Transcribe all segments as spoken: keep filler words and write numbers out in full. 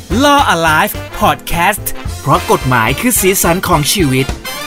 Law Alive Podcast เพราะกฎหมายคือสีสันของชีวิต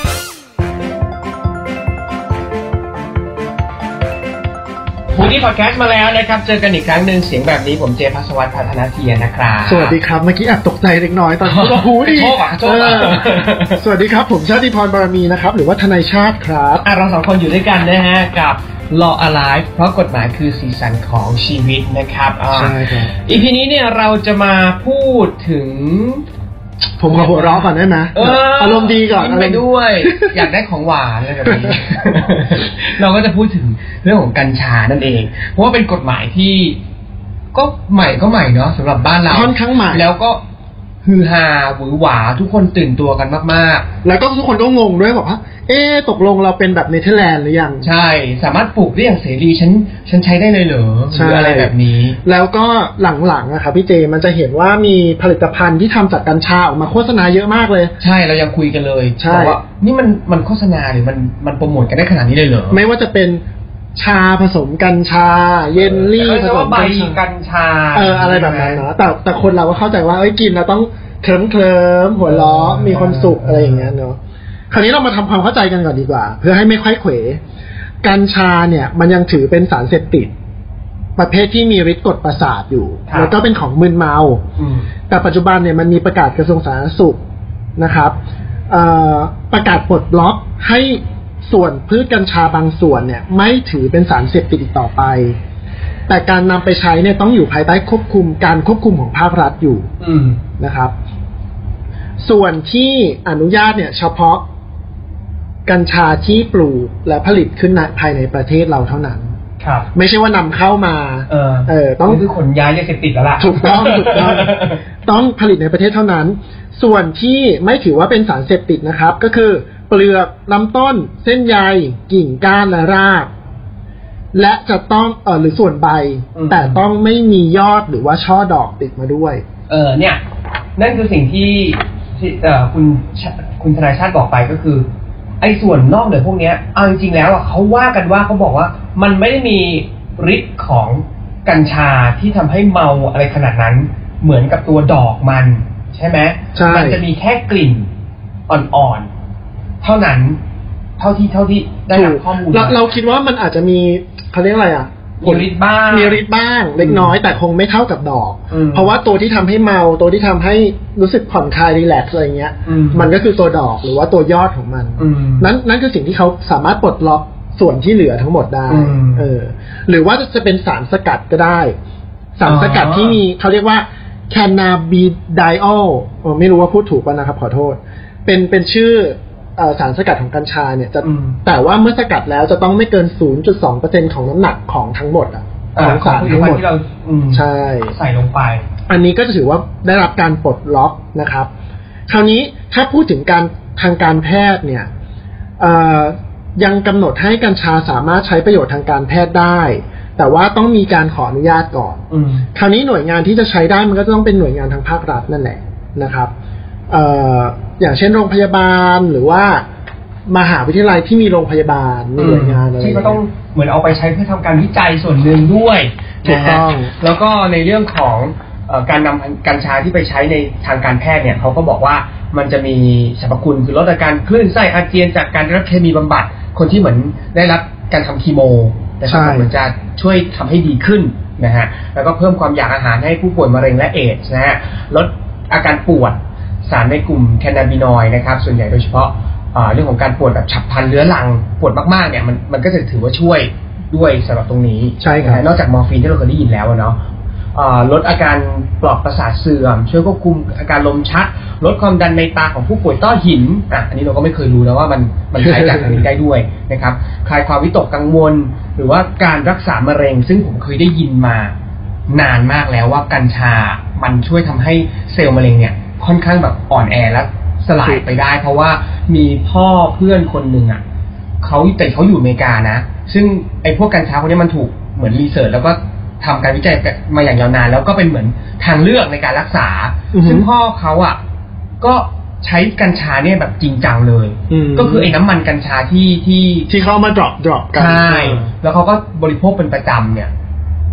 วันนี้พอดแคสต์มาแล้วนะครับเจอกันอีกครั้งหนึ่งเสียงแบบนี้ผมเจภัสวัฒน์พัฒนาเทียนนะครับสวัสดีครับเมื่อกี้แอบตกใจเล็กน้อยตอนพูดว่าหูดิโชคอ่ะโชคสวัสดีครับผมชาติพรบารมีนะครับหรือว่าทนายชาติครับอ่ะเราสองคนอยู่ด้วยกันนะฮะกับ Law Alive เพราะกฎหมายคือสีสันของชีวิตนะครับใช่ครับอี พี นี้เนี่ยเราจะมาพูดถึงผมขอหัวเราะก่อนได้ไหมอารมณ์ดีก่อนไปด้วยอยากได้ของหวานอะไรแบบนี้ เราก็จะพูดถึงเรื่องของกัญชานั่นเองเพราะว่าเป็นกฎหมายที่ก็ใหม่ก็ใหม่เนาะสำหรับบ้านเราค่อนข้างใหม่แล้วก็ฮือฮาหวือหวาทุกคนตื่นตัวกันมากๆแล้วก็ทุกคนก็งงด้วยบอกว่าเอ๊ะตกลงเราเป็นแบบเนเธอร์แลนด์หรือยังใช่สามารถปลูกได้อย่างเสรีฉันฉันใช้ได้เลยเหรอหรืออะไรแบบนี้แล้วก็หลังๆอะครับพี่เจมันจะเห็นว่ามีผลิตภัณฑ์ที่ทำจากกัญชาออกมาโฆษณาเยอะมากเลยใช่เรายังคุยกันเลยใช่ว่านี่มันมันโฆษณาหรือมันมันโปรโมทกันได้ขนาดนี้เลยเหรอไม่ว่าจะเป็นชาผสมกัญชาเยลลี่ผสมใบกัญชาเอออะไรแบบนั้นเนาะแต่แต่คนเราก็เข้าใจว่าเอ้ยกินเราต้องเคลิ้มเคลิ้มหัวล้อมีความสุขอะไรอย่างเงี้ยเนาะคราวนี้เรามาทำความเข้าใจกันก่อนดีกว่าเพื่อให้ไม่ค่อยเขวกัญชาเนี่ยมันยังถือเป็นสารเสพติดประเภทที่มีฤทธิ์กดประสาทอยู่แล้วก็เป็นของมึนเมาแต่ปัจจุบันเนี่ยมันมีประกาศกระทรวงสาธารณสุขนะครับประกาศปลดล็อกให้ส่วนพืชกัญชาบางส่วนเนี่ยไม่ถือเป็นสารเสพติดอีกต่อไปแต่การนำไปใช้เนี่ยต้องอยู่ภายใต้ควบคุมการควบคุมของภาครัฐอยู่นะครับส่วนที่อนุญาตเนี่ยเฉพาะกัญชาที่ปลูกและผลิตขึ้นภายในประเทศเราเท่านั้นครับไม่ใช่ว่านำเข้ามาเออเออต้องคือขนย้ายยาเสพติดแล้วล่ะถูกต้องถูกต้องต้องผลิตในประเทศเท่านั้นส่วนที่ไม่ถือว่าเป็นสารเสพติดนะครับก็คือเปลือกลำต้นเส้นใยกิ่งก้านและรากและจะต้องเออหรือส่วนใบแต่ต้องไม่มียอดหรือว่าช่อดอกติดมาด้วยเออเนี่ยนั่นคือสิ่งที่เอ่อคุณคุณทนายชาติบอกไปก็คือไอ้ส่วนนอกเหนือพวกนี้เอาจริงๆแล้วอ่ะเขาว่ากันว่าเขาบอกว่ามันไม่ได้มีฤทธิ์ของกัญชาที่ทำให้เมาอะไรขนาดนั้นเหมือนกับตัวดอกมันใช่ไหมมันจะมีแค่กลิ่นอ่อนๆเท่านั้นเท่าที่เท่าที่ได้รับข้อมูลเราเราคิดว่ามันอาจจะมีเขาเรียกอะไรอ่ะมีฤทธิ์บ้างมีฤทธิ์บ้างเล็กน้อยแต่คงไม่เท่ากับดอกเพราะว่าตัวที่ทำให้เมาตัวที่ทำให้รู้สึกผ่อนคลายรีแลกซ์อะไรเงี้ยมันก็คือตัวดอกหรือว่าตัวยอดของมันนั้นนั่นคือสิ่งที่เขาสามารถปลดล็อกส่วนที่เหลือทั้งหมดได้เออหรือว่าจะเป็นสารสกัดก็ได้สารสกัดที่มีเขาเรียกว่าแคนาบิไดออลไม่รู้ว่าพูดถูกป่ะนะครับขอโทษเป็นเป็นชื่อสารสกัดของกัญชาเนี่ยจะแต่ว่าเมื่อสกัดแล้วจะต้องไม่เกิน ศูนย์จุดสองเปอร์เซ็นต์ ของน้ำหนักของทั้งหมดอ่ะของสารทั้งหมดที่เราใช่ใส่ลงไปอันนี้ก็จะถือว่าได้รับการปลดล็อกนะครับคราวนี้ถ้าพูดถึงการทางการแพทย์เนี่ยยังกำหนดให้กัญชาสามารถใช้ประโยชน์ทางการแพทย์ได้แต่ว่าต้องมีการขออนุญาตก่อนคราวนี้หน่วยงานที่จะใช้ได้มันก็ต้องเป็นหน่วยงานทางภาครัฐนั่นแหละนะครับเอ่ออย่างเช่นโรงพยาบาลหรือว่ามหาวิทยาลัยที่มีโรงพยาบาลมีหน่วยงานอะไรที่ก็ต้องเหมือนเอาไปใช้เพื่อทำการวิจัยส่วนหนึ่งด้วยถูกต้องแล้วก็ในเรื่องของเอ่อการนำกัญชาที่ไปใช้ในทางการแพทย์เนี่ยเขาก็บอกว่ามันจะมีสรรพคุณคือลดอาการคลื่นไส้อาเจียนจากการได้รับเคมีบำบัดคนที่เหมือนได้รับการทำคีโมนะครับมันจะช่วยทำให้ดีขึ้นนะฮะแล้วก็เพิ่มความอยากอาหารให้ผู้ป่วยมะเร็งและเอดส์นะฮะลดอาการปวดสารในกลุ่มแคนาบินอยด์นะครับส่วนใหญ่โดยเฉพาะเรื่องของการปวดแบบฉับพลันเรื้อรังปวดมากๆเนี่ยมันมันก็จะถือว่าช่วยด้วยสำหรับตรงนี้ใช่ครับนอกจากมอร์ฟีนที่เราเคยได้ยินแล้วเนาะลดอาการปลอกประสาทเสื่อมช่วยควบคุมอาการลมชักลดความดันในตาของผู้ป่วยต้อหินอ่ะอันนี้เราก็ไม่เคยรู้นะว่ามันมันใช้จากอันนี้ได้ด้วยนะครับคลายความวิตกกังวลหรือว่าการรักษามะเร็งซึ่งผมเคยได้ยินมานานมากแล้วว่ากัญชามันช่วยทำให้เซลล์มะเร็งเนี่ยค่อนข้างแบบอ่อนแอและสลายไปได้เพราะว่ามีพ่อเพื่อนคนหนึ่งอ่ะเขาแต่เขาอยู่อเมริกานะซึ่งไอ้พวกกัญชาพวกนี้มันถูกเหมือนรีเสิร์ชแล้วก็ทำการวิจัยมาอย่างยาวนานแล้วก็เป็นเหมือนทางเลือกในการรักษาซึ่งพ่อเขาอ่ะก็ใช้กัญชาเนี่ยแบบจริงจังเลยก็คือไอ้น้ำมันกัญชาที่ที่ที่เขามา drop drop กันใช่แล้วเขาก็บริโภคเป็นประจำเนี่ย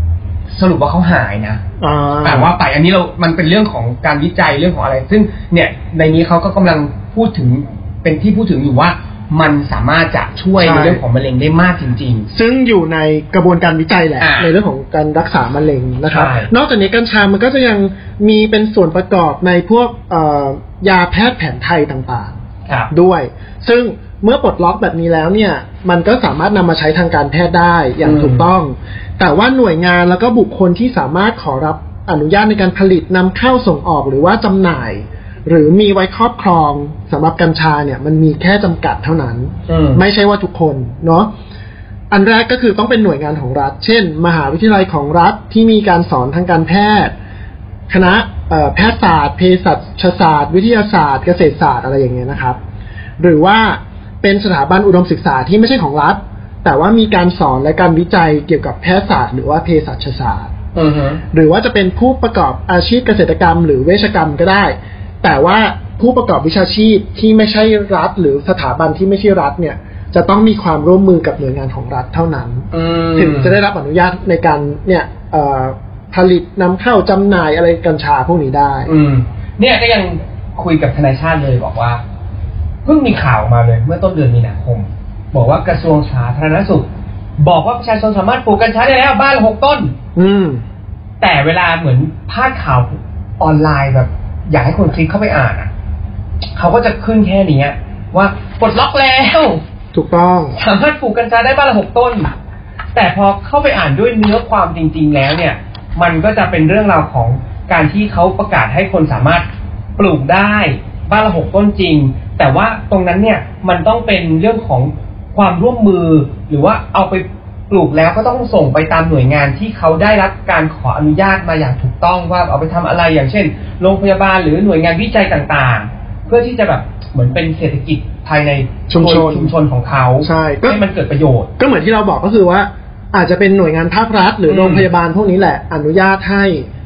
สรุปว่าเขาหายนะอ่าแต่ว่าไปอันนี้เรามันเป็นเรื่องของการวิจัยเรื่องของอะไรซึ่งเนี่ยในนี้เขาก็กำลังพูดถึงเป็นที่พูดถึงอยู่ว่ามันสามารถจะช่วยในเรื่องของมะเร็งได้มากจริงๆซึ่งอยู่ในกระบวนการวิจัยแหละในเรื่องของการรักษามะเร็งนะครับนอกจากนี้กัญชามันก็จะยังมีเป็นส่วนประกอบในพวกยาแพทย์แผนไทยต่างๆด้วยซึ่งเมื่อปลดล็อกแบบนี้แล้วเนี่ยมันก็สามารถนำมาใช้ทางการแพทย์ได้อย่างถูกต้องแต่ว่าหน่วยงานแล้วก็บุคคลที่สามารถขอรับอนุญาตในการผลิตนำเข้าส่งออกหรือว่าจำหน่ายหรือมีไว้ครอบครองสำหรับกัญชาเนี่ยมันมีแค่จำกัดเท่านั้นไม่ใช่ว่าทุกคนเนาะอันแรกก็คือต้องเป็นหน่วยงานของรัฐเช่นมหาวิทยาลัยของรัฐที่มีการสอนทางการแพทย์คณะแพทยศาสตร์เภสัชศาสตร์วิทยาศาสตร์เกษตรศาสตร์อะไรอย่างเงี้ยนะครับหรือว่าเป็นสถาบันอุดมศึกษาที่ไม่ใช่ของรัฐแต่ว่ามีการสอนและการวิจัยเกี่ยวกับแพทยศาสตร์หรือว่าเภสัชศาสตร์หรือว่าจะเป็นผู้ประกอบอาชีพเกษตรกรรมหรือเวชกรรมก็ได้แต่ว่าผู้ประกอบวิชาชีพที่ไม่ใช่รัฐหรือสถาบันที่ไม่ใช่รัฐเนี่ยจะต้องมีความร่วมมือกับหน่วยงานของรัฐเท่านั้นถึงจะได้รับอนุญาตในการเนี่ยผลิตนำเข้าจำหน่ายอะไรกัญชาพวกนี้ได้เนี่ยก็ยังคุยกับทนายชาติเลยบอกว่าเพิ่งมีข่าวมาเลยเมื่อต้นเดือนมีนาคมบอกว่ากระทรวงสาธารณสุขบอกว่าประชาชนสามารถปลูกกัญชาได้แล้วบ้านละหกต้นอืมแต่เวลาเหมือนพาดข่าวออนไลน์แบบอยากให้คนคลิกเข้าไปอ่านอ่ะเขาก็จะขึ้นแค่นี้ว่าปลดล็อกแล้วถูกต้องสามารถปลูกกัญชาได้บ้านละหกต้นแต่พอเข้าไปอ่านด้วยเนื้อความจริงๆแล้วเนี่ยมันก็จะเป็นเรื่องราวของการที่เขาประกาศให้คนสามารถปลูกได้บ้านละหกต้นจริงแต่ว่าตรงนั้นเนี่ยมันต้องเป็นเรื่องของความร่วมมือหรือว่าเอาไปปลูกแล้วก็ต้องส่งไปตามหน่วยงานที่เขาได้รับการขออนุญาตมาอย่างถูกต้องว่าเอาไปทำอะไรอย่างเช่นโรงพยาบาลหรือหน่วยงานวิจัยต่างๆเพื่อที่จะแบบเหมือนเป็นเศรษฐกิจภายในชุมชนชุมชนของเขาใช่ให้มันเกิดประโยชน์ก็เหมือนที่เราบอกก็คือว่าอาจจะเป็นหน่วยงานภาครัฐหรือโรงพยาบาลพวกนี้แหละอนุญาตให้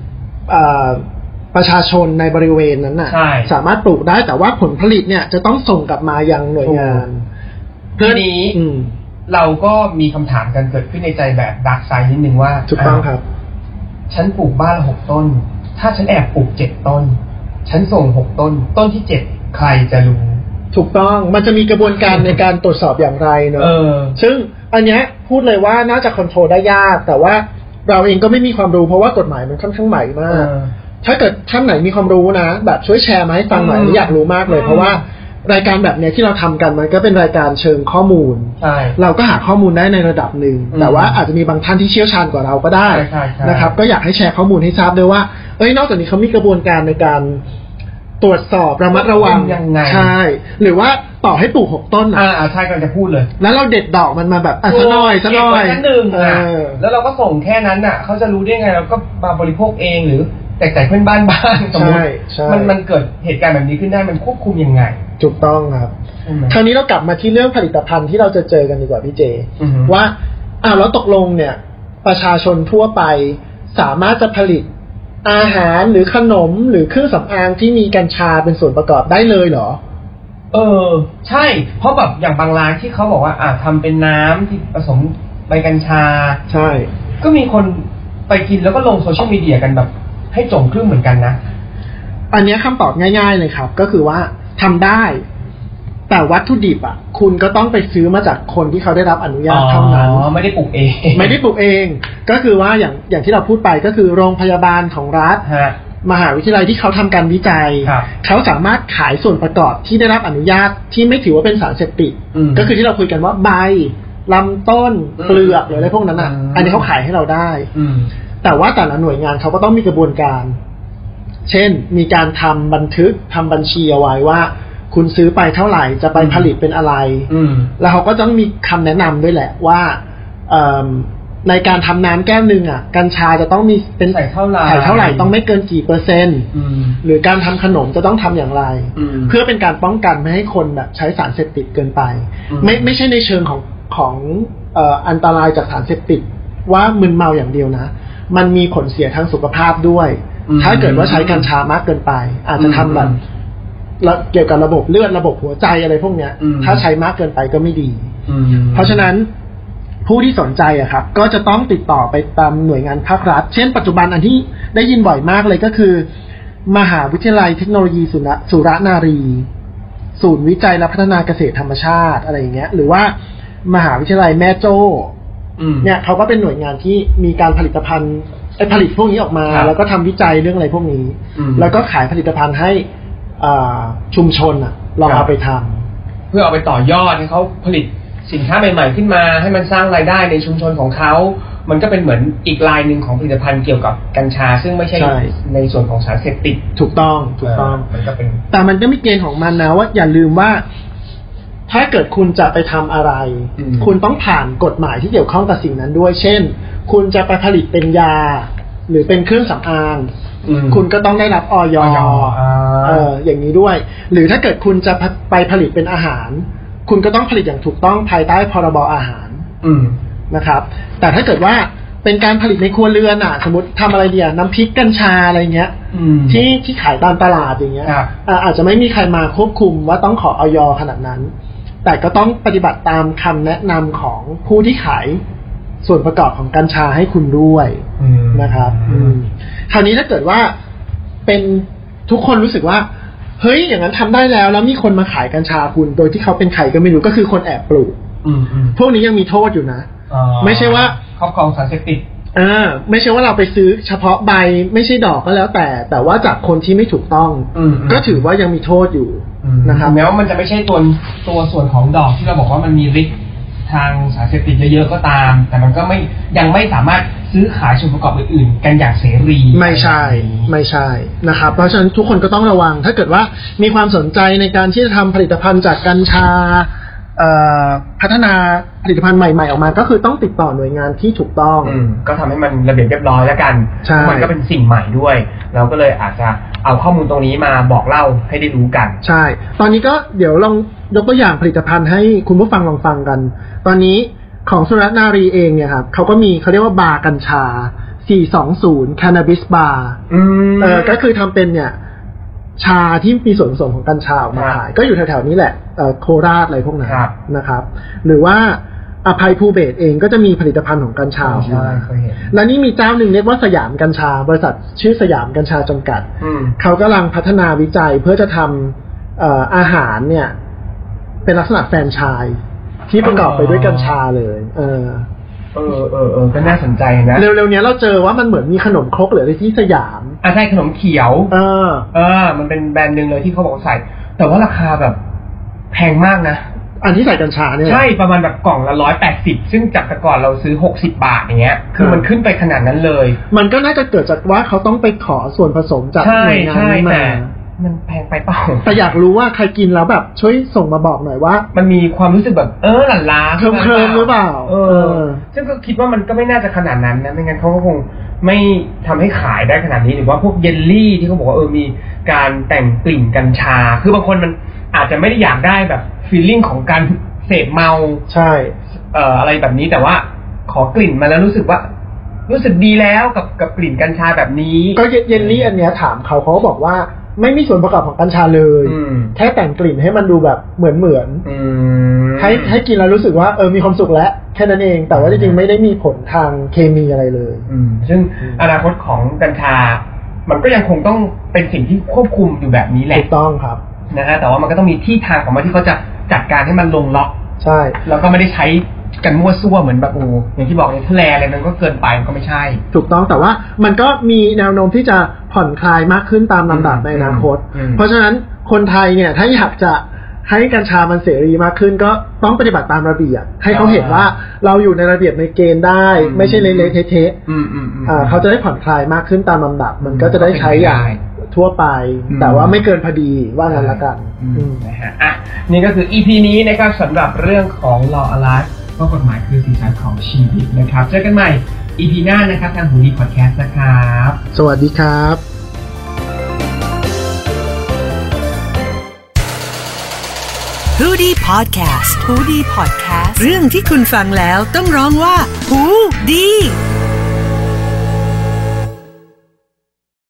ประชาชนในบริเวณนั้นน่ะสามารถปลูกได้แต่ว่าผลผลิตเนี่ยจะต้องส่งกลับมายังหน่วยงานทีนี้เราก็มีคำถามกันเกิดขึ้นในใจแบบดาร์กไซด์นิดนึงว่าถูกต้องครับฉันปลูกบ้านละหกต้นถ้าฉันแอบปลูกเจ็ดต้นฉันส่งหกต้นต้นที่เจ็ดใครจะรู้ถูกต้องมันจะมีกระบวนการในการตรวจสอบอย่างไรเนอะซึ่งอันเนี้ยพูดเลยว่าน่าจะคอนโทรลได้ยากแต่ว่าเราเองก็ไม่มีความรู้เพราะว่ากฎหมายมันค่อนข้างใหม่มากถ้าเกิดท่านไหนมีความรู้นะแบบช่วยแชร์มาให้ฟังหน่อยอยากรู้มากเลยเพราะว่ารายการแบบนี้ที่เราทำกันมันก็เป็นรายการเชิงข้อมูลเราก็หาข้อมูลได้ในระดับหนึ่งแต่ว่าอาจจะมีบางท่านที่เชี่ยวชาญกว่าเราก็ได้นะครับก็อยากให้แชร์ข้อมูลให้ทราบด้วยว่าเอ้ยนอกจากนี้เขามีกระบวนการในการตรวจสอบระมัดระวังยังไงใช่หรือว่าต่อให้ปลูกหกต้นอ่าใช่กำลังจะพูดเลยแล้วเราเด็ดดอกมันมาแบบอ่ะสักหน่อยสักหน่อยแค่นึงอ่ะแล้วเราก็ส่งแค่นั้นน่ะเขาจะรู้ได้ไงเราก็มาบริโภคเองหรือแจกจ่ายเพื่อนบ้านบ้างสมมติมันมันเกิดเหตุการณ์แบบนี้ขึ้นได้มันควบคุมยังไงถูกต้องครับคราวนี้เรากลับมาที่เรื่องผลิตภัณฑ์ที่เราจะเจอกันดีกว่าพี่เจว่าอ้าวแล้วตกลงเนี่ยประชาชนทั่วไปสามารถจะผลิตอาหารหรือขนมหรือเครื่องสำอางที่มีกัญชาเป็นส่วนประกอบได้เลยเหรอเออใช่เพราะแบบอย่างบางร้านที่เขาบอกว่าอ่าทำเป็นน้ำที่ผสมใบกัญชาใช่ก็มีคนไปกินแล้วก็ลงโซเชียลมีเดียกันแบบให้จงครึ่มเหมือนกันนะอันนี้คำตอบง่ายๆเลยครับก็คือว่าทำได้แต่วัตถุดิบอ่ะคุณก็ต้องไปซื้อมาจากคนที่เขาได้รับอนุญาตเท่านั้นอ๋อไม่ได้ปลูกเองไม่ได้ปลูกเองก็คือว่าอย่างอย่างที่เราพูดไปก็คือโรงพยาบาลของรัฐมหาวิทยาลัยที่เขาทำการวิจัยเขาสามารถขายส่วนประกอบที่ได้รับอนุญาตที่ไม่ถือว่าเป็นสารเสพติดก็คือที่เราคุยกันว่าใบลำต้นเปลือกหรืออะไรพวกนั้นอ่ะอันนี้เขาขายให้เราได้แต่ว่าแต่ละหน่วยงานเขาก็ต้องมีกระบวนการเช่นมีการทำบันทึกทำบัญชีเอาไว้ว่าคุณซื้อไปเท่าไหร่จะไปผลิตเป็นอะไรแล้วเขาก็ต้องมีคำแนะนำด้วยแหละว่าในการทำน้ำแก้วนึงอ่ะกัญชาจะต้องมีเป็นใส่เท่าไหร่ใส่เท่าไหร่ต้องไม่เกินกี่เปอร์เซ็นต์หรือการทำขนมจะต้องทำอย่างไรเพื่อเป็นการป้องกันไม่ให้คนแบบใช้สารเสพติดเกินไปไม่ไม่ใช่ในเชิงของของอันตรายจากสารเสพติดว่ามึนเมาอย่างเดียวนะมันมีผลเสียทางสุขภาพด้วยถ้าเกิดว่าใช้กัญชามากเกินไปอาจจะทำแบบเกี่ยวกับระบบเลือดระบบหัวใจอะไรพวกเนี้ยถ้าใช้มากเกินไปก็ไม่ดีเพราะฉะนั้นผู้ที่สนใจอะครับก็จะต้องติดต่อไปตามหน่วยงานภาครัฐเช่นปัจจุบันอันที่ได้ยินบ่อยมากเลยก็คือมหาวิทยาลัยเทคโนโลยีสุรนารีศูนย์วิจัยและพัฒนาเกษตรธรรมชาติอะไรอย่างเงี้ยหรือว่ามหาวิทยาลัยแม่โจ้เนี่ยเขาก็เป็นหน่วยงานที่มีการผลิตภัณฑ์ไอ้ผลิตพวกนี้ออกมาแล้วก็ทำวิจัยเรื่องอะไรพวกนี้แล้วก็ขายผลิตภัณฑ์ให้ชุมชนอะลองเอาไปทำเพื่อเอาไปต่อยอดให้เขาผลิตสินค้าใหม่ๆขึ้นมาให้มันสร้างรายได้ในชุมชนของเขามันก็เป็นเหมือนอีกลายหนึ่งของผลิตภัณฑ์เกี่ยวกับกัญชาซึ่งไม่ใช่ในส่วนของสารเสพติดถูกต้องถูกต้องมันก็เป็นแต่มันก็มีเกณฑ์ของมันนะว่าอย่าลืมว่าถ้าเกิดคุณจะไปทำอะไรคุณต้องผ่านกฎหมายที่เกี่ยวข้องกับสิ่งนั้นด้วยเช่นคุณจะไปผลิตเป็นยาหรือเป็นเครื่องสำอางคุณก็ต้องได้รับอย.เอออย่างนี้ด้วยหรือถ้าเกิดคุณจะไปผลิตเป็นอาหารคุณก็ต้องผลิตอย่างถูกต้องภายใต้พรบอาหารนะครับแต่ถ้าเกิดว่าเป็นการผลิตในครัวเรือนอ่ะสมมติทำอะไรเดียน้ำพริกกัญชาอะไรเงี้ยที่ที่ขายตามตลาดอย่างเงี้ยอาจจะไม่มีใครมาควบคุมว่าต้องขออย.ขนาดนั้นแต่ก็ต้องปฏิบัติตามคำแนะนำของผู้ที่ขายส่วนประกอบของกัญชาให้คุณด้วยนะครับคราวนี้ถ้าเกิดว่าเป็นทุกคนรู้สึกว่าเฮ้ยอย่างนั้นทำได้แล้วแล้วมีคนมาขายกัญชาคุณโดยที่เขาเป็นใครก็ไม่รู้ก็คือคนแอบปลูกพวกนี้ยังมีโทษอยู่นะไม่ใช่ว่าครอบครองสารเสพติดอ่าไม่ใช่ว่าเราไปซื้อเฉพาะใบไม่ใช่ดอกก็แล้วแต่แต่ว่าจากคนที่ไม่ถูกต้องก็ถือว่ายังมีโทษอยู่นะครับแม้ว่ามันจะไม่ใช่ตัวตัวส่วนของดอกที่เราบอกว่ามันมีฤทธิ์ทางสารเสพติดเยอะๆก็ตามแต่มันก็ไม่ยังไม่สามารถซื้อขายส่วนประกอบอื่นๆกันอย่างเสรีไม่ใช่ไม่ใช่นะครับเพราะฉะนั้นทุกคนก็ต้องระวังถ้าเกิดว่ามีความสนใจในการที่จะทำผลิตภัณฑ์จากกัญชาพัฒนาผลิตภัณฑ์ใหม่ๆออกมาก็คือต้องติดต่อหน่วยงานที่ถูกต้องก็ทำให้มันระเบียบเรียบร้อยแล้วกันมันก็เป็นสิ่งใหม่ด้วยเราก็เลยอาจจะเอาข้อมูลตรงนี้มาบอกเล่าให้ได้รู้กันใช่ตอนนี้ก็เดี๋ยวลองยกตัวอย่างผลิตภัณฑ์ให้คุณผู้ฟังลองฟังกันตอนนี้ของสุรนารีเองเนี่ยครับเขาก็มีเขาเรียกว่าบาร์กัญชาสี่สองศูนย์ Cannabis Bar เออก็คือทำเป็นเนี่ยชาที่มีส่วนผสมของกัญชาออกมาขายก็อยู่แถวๆนี้แหละโคราชอะไรพวกนั้นนะครับหรือว่าอภัยภูเบศเองก็จะมีผลิตภัณฑ์ของกัญชาออกมาและนี่มีเจ้าหนึ่งเรียกว่าสยามกัญชาบริษัทชื่อสยามกัญชาจำกัดเขากำลังพัฒนาวิจัยเพื่อจะทำอาหารเนี่ยเป็นลักษณะแฟรนไชส์ที่ประกอบไปด้วยกัญชาเลยเออเออเออเออก็น่าสนใจนะเร็วๆนี้เราเจอว่ามันเหมือนมีขนมครกหรืออะไรที่สยามอ่ะใช่ขนมเขียวเออเออมันเป็นแบรนด์นึงเลยที่เขาบอกใส่แต่ว่าราคาแบบแพงมากนะอันที่ใส่กัญชาเนี่ยใช่ประมาณแบบกล่องละร้อยแปดสิบซึ่งจากแต่ก่อนเราซื้อหกสิบบาทอย่างเงี้ยคือมันขึ้นไปขนาดนั้นเลยมันก็น่าจะเกิดจากว่าเขาต้องไปขอส่วนผสมจากหน่วยงานนี้มามันแพงไปเปล่าแต่อยากรู้ว่าใครกินแล้วแบบช่วยส่งมาบอกหน่อยว่ามันมีความรู้สึกแบบเออหลั่นล้าเคลิ้มๆหรือเปล่าเออซึ่งก็คิดว่ามันก็ไม่น่าจะขนาดนั้นนะไม่งั้นเขาก็คงไม่ทำให้ขายได้ขนาดนี้หรือว่าพวกเยลลี่ที่เขาบอกว่าเออมีการแต่งกลิ่นกัญชาคือบางคนมันอาจจะไม่ได้อยากได้แบบฟีลลิ่งของการเสพเมาใช่เอ่ออะไรแบบนี้แต่ว่าขอกลิ่นมาแล้วรู้สึกว่ารู้สึกดีแล้วกับกับกลิ่นกัญชาแบบนี้ก็เยลลี่อันเนี้ยถามเขาเขาก็บอกว่าไม่มีส่วนประกอบของกัญชาเลยแค่แต่งกลิ่นให้มันดูแบบเหมือนเหมือนให้ให้กินแล้วรู้สึกว่าเออมีความสุขแล้วแค่นั้นเองแต่ว่าจริงๆไม่ได้มีผลทางเคมีอะไรเลยซึ่งอนาคตของกัญชามันก็ยังคงต้องเป็นสิ่งที่ควบคุมอยู่แบบนี้แหละถูกต้องครับนะฮะแต่ว่ามันก็ต้องมีที่ทางของมันที่เขาจะจัดการให้มันลงล็อกใช่แล้วก็ไม่ได้ใช้กันมั่วซั่วเหมือนแบบโอ้อย่างที่บอกในทะเลอะไรมันก็เกินไปมันก็ไม่ใช่ถูกต้องแต่ว่ามันก็มีแนวโน้มที่จะผ่อนคลายมากขึ้นตามลำดับในอนาคตเพราะฉะนั้นคนไทยเนี่ยถ้าอยากจะให้กัญชามันเสรีมากขึ้นก็ต้องปฏิบัติตามระเบียบให้เขาเห็นว่าเราอยู่ในระเบียบในเกณฑ์ได้ไม่ใช่เละๆเทะๆเขาจะได้ผ่อนคลายมากขึ้นตามลำดับมันก็จะได้ใช้อย่างทั่วไปแต่ว่าไม่เกินพอดีว่างั้นละกันนะฮะอ่ะนี่ก็คือ อี พี นี้นะครับสำหรับเรื่องของ Law Alive เพราะกฎหมายคือสีสันของชีวิตนะครับเจอกันใหม่ อี พี หน้านะครับทางหูดีพอดแคสต์นะครับสวัสดีครับหูดีพอดแคสต์หูดีพอดแคสต์เรื่องที่คุณฟังแล้วต้องร้องว่าหูดี